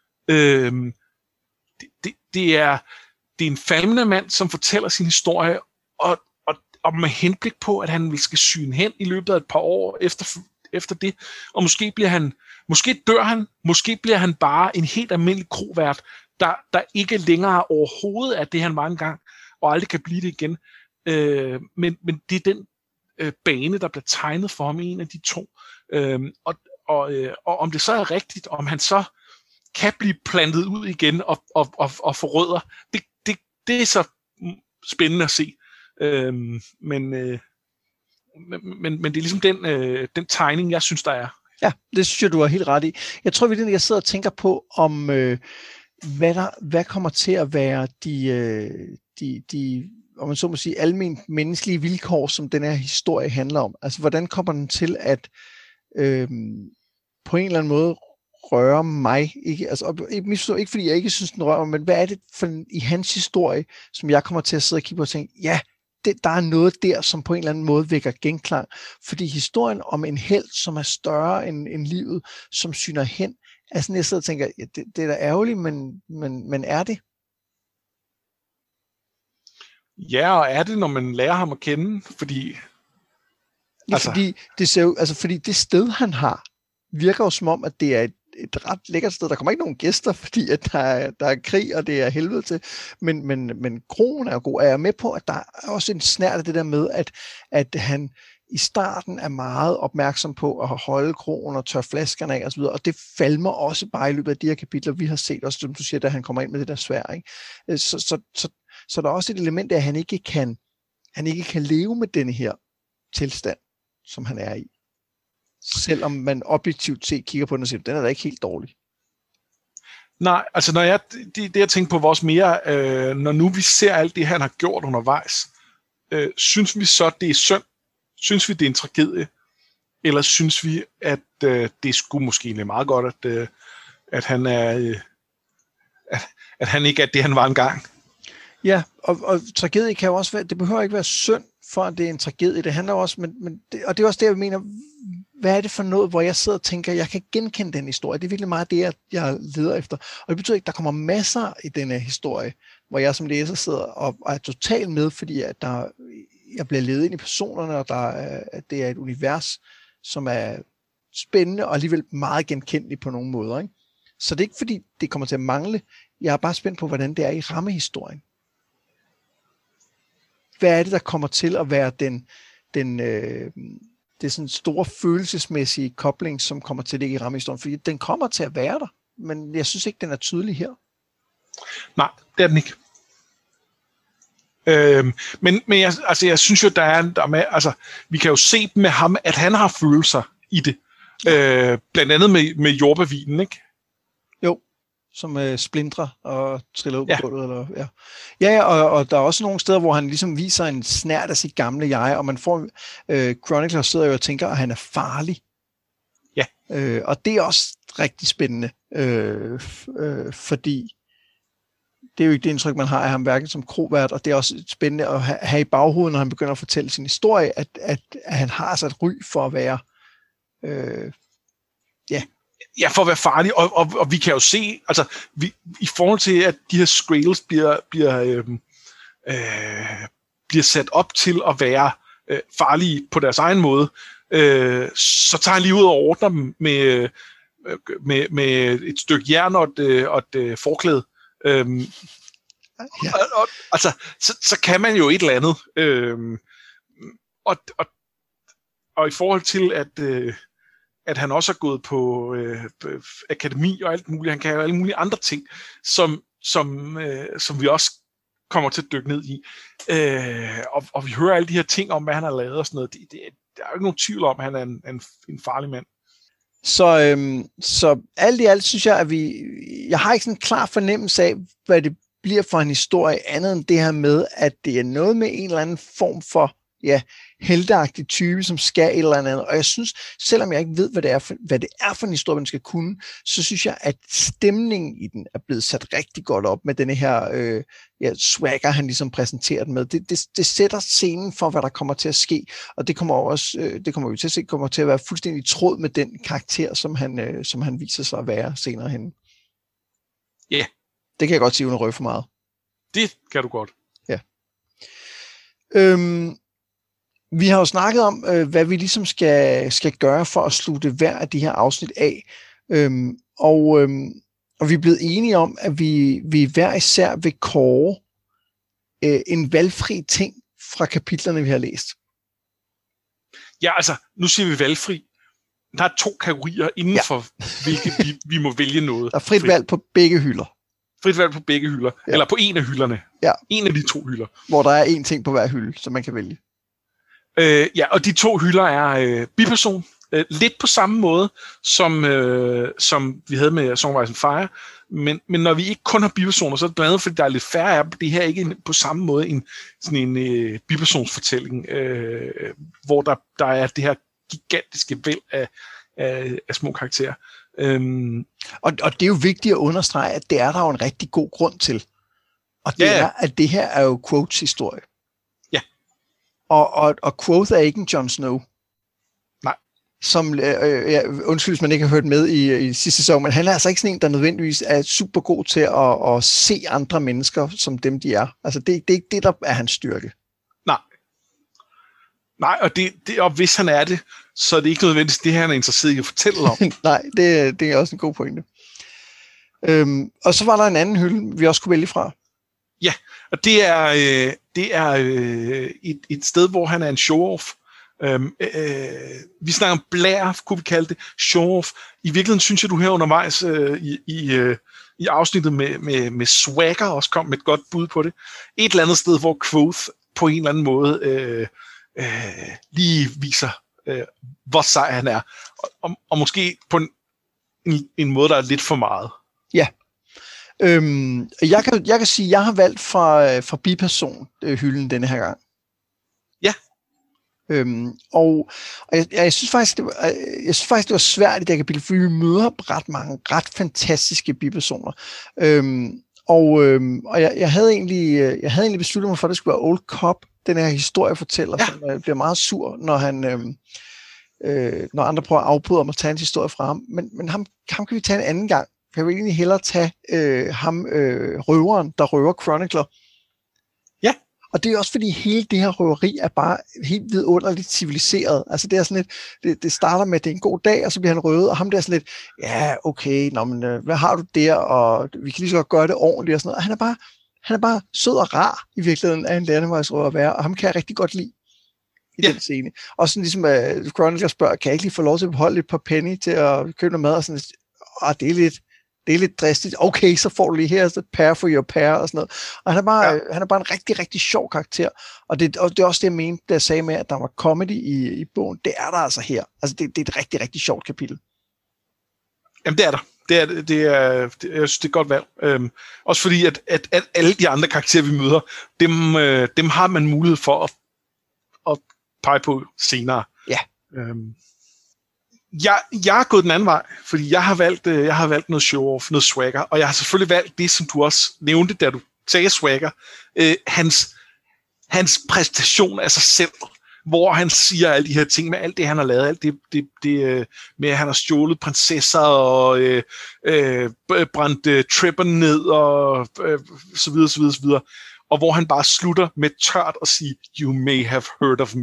Det er en falmende mand, som fortæller sin historie, og med henblik på, at han skal syne hen i løbet af et par år efter det, og måske dør han, måske bliver han bare en helt almindelig krovært, der ikke længere overhovedet er det, han var engang, og aldrig kan blive det igen. Men det er den bane, der bliver tegnet for ham, en af de to. Og om det så er rigtigt, om han så kan blive plantet ud igen og få rødder, det er så spændende at se. Men det er ligesom den tegning, jeg synes, der er. Ja, det synes jeg, du har helt ret i. Jeg tror virkelig, jeg sidder og tænker på, om hvad kommer til at være de om man så må sige, almen menneskelige vilkår, som den her historie handler om. Altså, hvordan kommer den til at på en eller anden måde røre mig? Ikke, altså, ikke fordi jeg ikke synes, den rører mig, men hvad er det for i hans historie, som jeg kommer til at sidde og kigge på og tænke, ja, der er noget der, som på en eller anden måde vækker genklang. Fordi historien om en helt, som er større end livet, som syner hen, er sådan, jeg sidder og tænker, ja, det er da ærgerligt, men er det? Ja, og er det, når man lærer ham at kende? Fordi fordi det sted, han har, virker jo som om, at det er et ret lækkert sted. Der kommer ikke nogen gæster, fordi at der er krig, og det er helvede til. Men kroen er jo god. Er jeg med på, at der er også en snært af det der med, at han i starten er meget opmærksom på at holde kroen og tørre flaskerne af osv., og det falmer også bare i løbet af de her kapitler, vi har set, også som du siger, da han kommer ind med det der sværd. Ikke? Så der er også et element af, at han ikke kan leve med denne her tilstand, som han er i. Selvom man objektivt set kigger på den og siger, den er da ikke helt dårlig. Nej, altså når jeg tænker på vores mere, når nu vi ser alt det, han har gjort undervejs, synes vi så, det er synd? Synes vi, det er en tragedie? Eller synes vi, at det skulle måske egentlig meget godt, at han er, at han ikke er det, han var engang? Ja, og tragedie kan jo også være, det behøver ikke være synd, for at det er en tragedie. Det handler også, og det er også det, jeg mener, hvad er det for noget, hvor jeg sidder og tænker, jeg kan genkende den historie. Det er virkelig meget det, jeg leder efter. Og det betyder ikke, at der kommer masser i denne historie, hvor jeg som læser sidder og er totalt med, fordi at jeg bliver ledet ind i personerne, og det er et univers, som er spændende og alligevel meget genkendeligt på nogle måder. Ikke? Så det er ikke, fordi det kommer til at mangle. Jeg er bare spændt på, hvordan det er i rammehistorien. Hvad er det, der kommer til at være det sådan store følelsesmæssige kobling, som kommer til at ligge i rammehistorien? Fordi den kommer til at være der, men jeg synes ikke, den er tydelig her. Nej, det er den ikke. Men jeg synes jo, der er med, altså, vi kan jo se med ham, at han har følelser i det. Blandt andet med jordbærvinen, ikke? Jo, som splintrer og triller ud på gulvet. Eller, ja, og der er også nogle steder, hvor han ligesom viser en snært af sit gamle jeg, og man får, Chronicler sidder jo og tænker, at han er farlig. Ja. Og det er også rigtig spændende, fordi det er jo ikke det indtryk, man har af ham hverken som krovært, og det er også spændende at have i baghovedet, når han begynder at fortælle sin historie, at han har altså et ry for at være Ja, for at være farlig, og vi kan jo se, altså, i forhold til, at de her Skrulls bliver sat op til at være farlige på deres egen måde, så tager han lige ud og ordner dem med et stykke jern og et forklæde. Ja. Altså, så kan man jo et eller andet. Og i forhold til, at han også er gået på akademi og alt muligt, han kan jo alle mulige andre ting, som vi også kommer til at dykke ned i. Og vi hører alle de her ting om, hvad han har lavet og sådan noget. Der er jo ikke nogen tvivl om, at han er en farlig mand. Så alt i alt synes jeg, at jeg har ikke sådan en klar fornemmelse af, hvad det bliver for en historie, andet end det her med, at det er noget med en eller anden form for helteagtig type, som skal et eller andet. Og jeg synes, selvom jeg ikke ved, hvad det er for en historie, man skal kunne, så synes jeg, at stemningen i den er blevet sat rigtig godt op med denne her swagger, han ligesom præsenterer den med. Det sætter scenen for, hvad der kommer til at ske, og det kommer vi til at se, kommer til at være fuldstændig i tråd med den karakter, som han viser sig at være senere hen. Ja. Yeah. Det kan jeg godt sige, uden at røve for meget. Det kan du godt. Ja. Vi har jo snakket om, hvad vi ligesom skal gøre for at slutte hver af de her afsnit af. Og vi er blevet enige om, at vi hver især vil kåre en valgfri ting fra kapitlerne, vi har læst. Ja, altså, nu siger vi valgfri. Der er 2 kategorier inden for, hvilke vi må vælge noget. Der er frit valg på begge hylder. Frit valg på begge hylder. Ja. Eller på en af hylderne. Ja. En af de 2 hylder. Hvor der er én ting på hver hylde, som man kan vælge. Ja, og de 2 hylder er biperson. Lidt på samme måde, som vi havde med Song of Ice and Fire. Men når vi ikke kun har bipersoner, så er det blandt andet, fordi der er lidt færre af dem. Det her er ikke på samme måde sådan en bipersonsfortælling, hvor der er det her gigantiske væld af små karakterer. Og det er jo vigtigt at understrege, at det er der jo en rigtig god grund til. Og det er, at det her er jo Quoths historie. Ja. Og Quoth er ikke en Jon Snow. Nej. Som, undskyld, hvis man ikke har hørt med i sidste sæson, men han er altså ikke sådan en, der nødvendigvis er super god til at se andre mennesker som dem, de er. Altså, det er ikke det, der er hans styrke. Nej, og hvis han er det, så er det ikke nødvendigvis det, han er interesseret i at fortælle om. Nej, det er også en god pointe. Og så var der en anden hylde, vi også kunne vælge fra. Ja, og det er et sted, hvor han er en show-off. Vi snakker om Blair, kunne vi kalde det, show-off. I virkeligheden synes jeg, du her undervejs i afsnittet med Swagger også kom med et godt bud på det. Et eller andet sted, hvor Quoth på en eller anden måde lige viser, hvor sej han er. Og måske på en måde, der er lidt for meget. Ja. Jeg kan sige, at jeg har valgt fra biperson-hylden denne her gang. Ja. Og jeg synes faktisk, det var svært i det her kapitel, fordi vi møder ret mange ret fantastiske bipersoner. Og jeg havde egentlig besluttet mig for, at det skulle være Old Cop, den her historiefortæller, som bliver meget sur, når andre prøver at afbryde om at tage en historie fra ham. Men ham kan vi tage en anden gang. Jeg vil egentlig hellere tage røveren, der røver Chronicler. Ja. Og det er også fordi hele det her røveri er bare helt vidunderligt civiliseret. Altså det er sådan lidt, det starter med, at det er en god dag, og så bliver han røvet, og ham der er sådan lidt, ja, okay, hvad har du der, og vi kan lige så godt gøre det ordentligt, og sådan noget. Og han er bare sød og rar i virkeligheden af en landevejsrøver at være, og ham kan jeg rigtig godt lide i den scene. Og sådan ligesom Chronicler spørger, kan jeg ikke lige få lov til at beholde et par penny til at købe noget mad, og sådan lidt, det er lidt dristigt. Okay, så får du lige her et pair for your pair og sådan noget. Og han er bare en rigtig, rigtig sjov karakter. Og det er også det, jeg mente, da jeg sagde med, at der var comedy i bogen. Det er der altså her. Altså, det er et rigtig, rigtig sjovt kapitel. Jamen, det er der. Jeg synes, det er godt valg. Også fordi, at alle de andre karakterer, vi møder, dem har man mulighed for at pege på senere. Ja. Jeg er gået den anden vej, fordi jeg har valgt noget show-off, noget swagger, og jeg har selvfølgelig valgt det, som du også nævnte, da du sagde swagger, hans præstation af sig selv, hvor han siger alle de her ting med alt det, han har lavet, alt det med, at han har stjålet prinsesser og brændt tripper ned og så videre, så videre, så videre, og hvor han bare slutter med tørt at sige, you may have heard of me.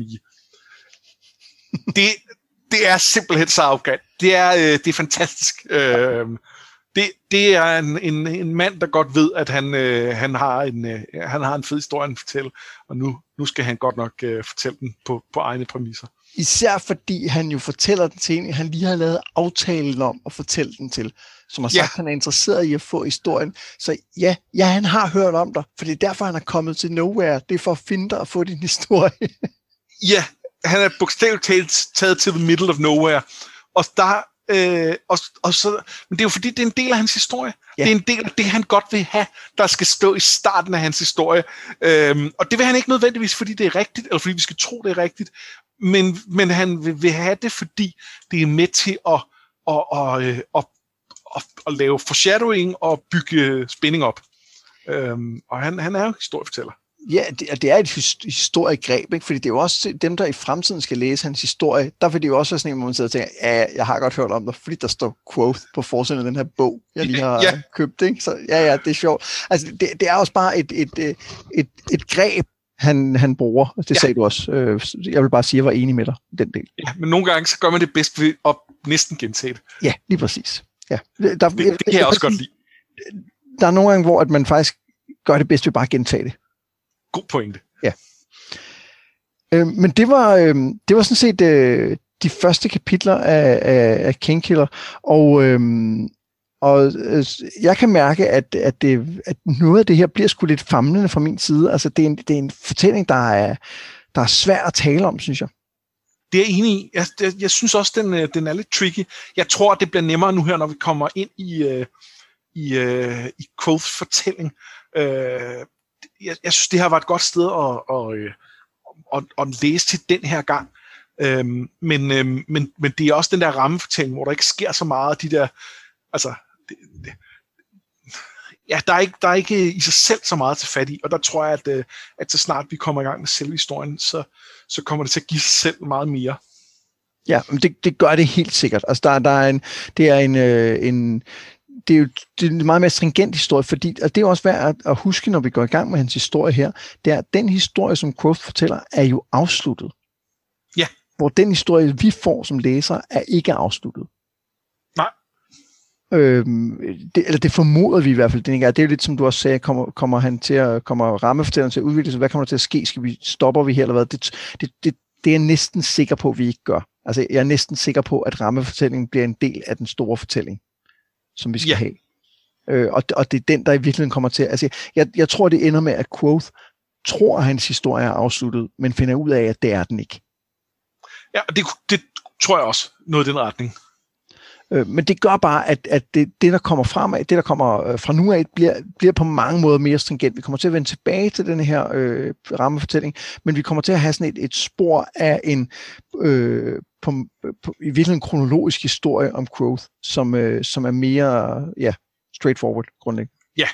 Det er simpelthen så arrogant. Det er fantastisk. Det er en mand, der godt ved, at han har en fed historie at fortælle, og nu skal han godt nok fortælle den på egne præmisser. Især fordi han jo fortæller den til en, han lige har lavet aftalen om at fortælle den til, som har sagt, at han er interesseret i at få historien. Så ja, han har hørt om dig, for det er derfor, han er kommet til Nowhere. Det er for at finde dig og få din historie. Ja, han er bogstaveligt talt taget til the middle of nowhere. Og der, men det er jo fordi, det er en del af hans historie. Ja. Det er en del af det, han godt vil have, der skal stå i starten af hans historie. Og det vil han ikke nødvendigvis, fordi det er rigtigt, eller fordi vi skal tro, det er rigtigt. Men han vil have det, fordi det er med til at lave foreshadowing og bygge spænding op. Og han er jo historiefortæller. Ja, det er et historiegreb, ikke? Fordi det er jo også dem, der i fremtiden skal læse hans historie, der vil det jo også være sådan en, hvor man sidder og tænker, ja, jeg har godt hørt om dig, fordi der står Quoth på forsiden af den her bog, jeg lige har købt, ikke? Så ja, det er sjovt. Altså, det er også bare et greb, han bruger. Det sagde du også. Jeg vil bare sige, at jeg var enig med dig i den del. Ja, men nogle gange, så gør man det bedst ved at næsten gentage det. Ja, lige præcis. Ja. Det kan jeg også godt lide. Der er nogle gange, hvor at man faktisk gør det bedst ved bare at gentage det. God pointe. Ja. Men det var sådan set de første kapitler af Kingkiller, og Og jeg kan mærke, at noget af det her bliver sgu lidt famlende fra min side. Altså, det er en fortælling, der er svær at tale om, synes jeg. Det er jeg enig i. Jeg synes også, den er lidt tricky. Jeg tror, det bliver nemmere nu her, når vi kommer ind i Quoths fortælling. Jeg synes, det her var et godt sted at læse til den her gang. Men det er også den der rammefortælling, hvor der ikke sker så meget af de der... Altså, der er ikke i sig selv så meget til fat i, og der tror jeg, at så snart vi kommer i gang med selve historien, så kommer det til at give sig selv meget mere. Ja, det gør det helt sikkert. Altså, det er jo en meget mere stringent historie, fordi, og det er jo også værd at huske, når vi går i gang med hans historie her, det er, at den historie, som Quoth fortæller, er jo afsluttet. Ja. Hvor den historie, vi får som læser, er ikke afsluttet. Nej. Det formoder vi i hvert fald. Det er jo lidt som du også sagde, kommer rammefortælleren til at udvikle sig, hvad kommer der til at ske? Stopper vi her eller hvad? Det er jeg næsten sikker på, at vi ikke gør. Altså, jeg er næsten sikker på, at rammefortællingen bliver en del af den store fortælling, som vi skal have. Og det er den, der i virkeligheden kommer til. Altså, jeg tror, det ender med, at Quoth tror, at hans historie er afsluttet, men finder ud af, at det er den ikke. Ja, det tror jeg også, noget i den retning. Men det gør bare, at det der kommer fremad, det der kommer fra nu af, bliver på mange måder mere stringent. Vi kommer til at vende tilbage til den her rammefortælling, men vi kommer til at have sådan et spor af en i virkeligheden en kronologisk historie om Quoth, som er mere straightforward grundlæggende. Ja.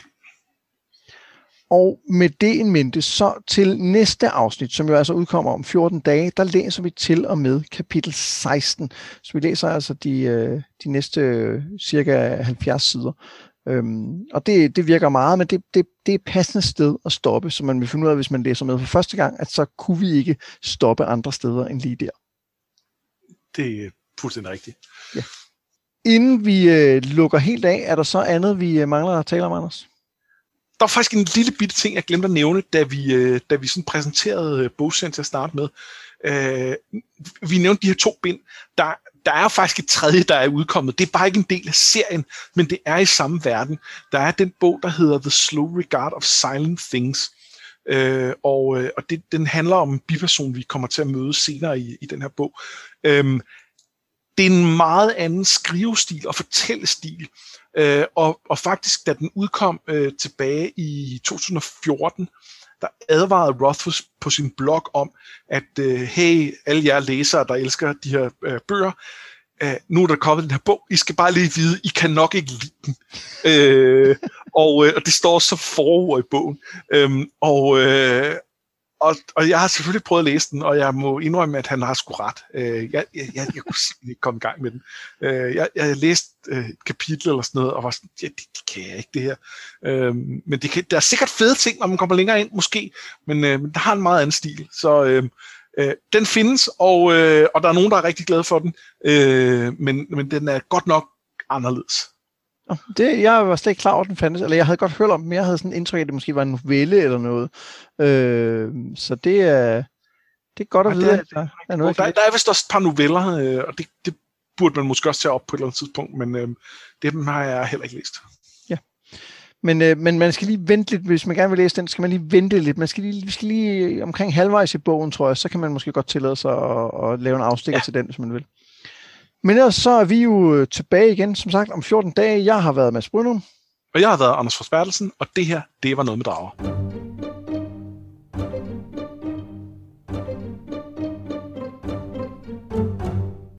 Og med det en mente, så til næste afsnit, som jo altså udkommer om 14 dage, der læser vi til og med kapitel 16. Så vi læser altså de næste cirka 70 sider. Og det virker meget, men det er et passende sted at stoppe, så man vil finde ud af, hvis man læser med for første gang, at så kunne vi ikke stoppe andre steder end lige der. Det er fuldstændig rigtigt. Ja. Inden vi lukker helt af, er der så andet, vi mangler at tale om, Anders? Der var faktisk en lille bitte ting, jeg glemte at nævne, da vi sådan præsenterede bogserien til at starte med. Vi nævnte de her 2 bind. Der er faktisk et tredje, der er udkommet. Det er bare ikke en del af serien, men det er i samme verden. Der er den bog, der hedder The Slow Regard of Silent Things. Og den handler om en biperson, vi kommer til at møde senere i den her bog. Det er en meget anden skrivestil og fortællestil. Og faktisk, da den udkom tilbage i 2014, der advarede Rothfuss på sin blog om, at hey, alle jer læsere, der elsker de her bøger, nu er der kommet den her bog, I skal bare lige vide, I kan nok ikke lide den. Og det står så forord i bogen. Og jeg har selvfølgelig prøvet at læse den, og jeg må indrømme, at han har sgu ret. Jeg kunne simpelthen ikke komme i gang med den. Jeg læste et kapitel eller sådan noget, og var sådan, det kan jeg ikke det her. Men der er sikkert fede ting, når man kommer længere ind, måske, men der har en meget anden stil. Så den findes, og der er nogen, der er rigtig glade for den, men den er godt nok anderledes. Jeg var slet ikke klar over, at den fandtes, eller jeg havde godt hørt om den, men jeg havde sådan indtryk af, at det måske var en novelle eller noget. Så det er godt at vide, at der er noget. Der er vist også et par noveller, og det burde man måske også tage op på et eller andet tidspunkt, men dem har jeg heller ikke læst. Ja, men man skal lige vente lidt, hvis man gerne vil læse den, skal man lige vente lidt. Vi skal lige omkring halvvejs i bogen, tror jeg, så kan man måske godt tillade sig at lave en afstikker til den, hvis man vil. Men ellers så er vi jo tilbage igen, som sagt, om 14 dage. Jeg har været Mads Brynum. Og jeg har været Anders Forsbergelsen, og det her, det var Noget med Drager.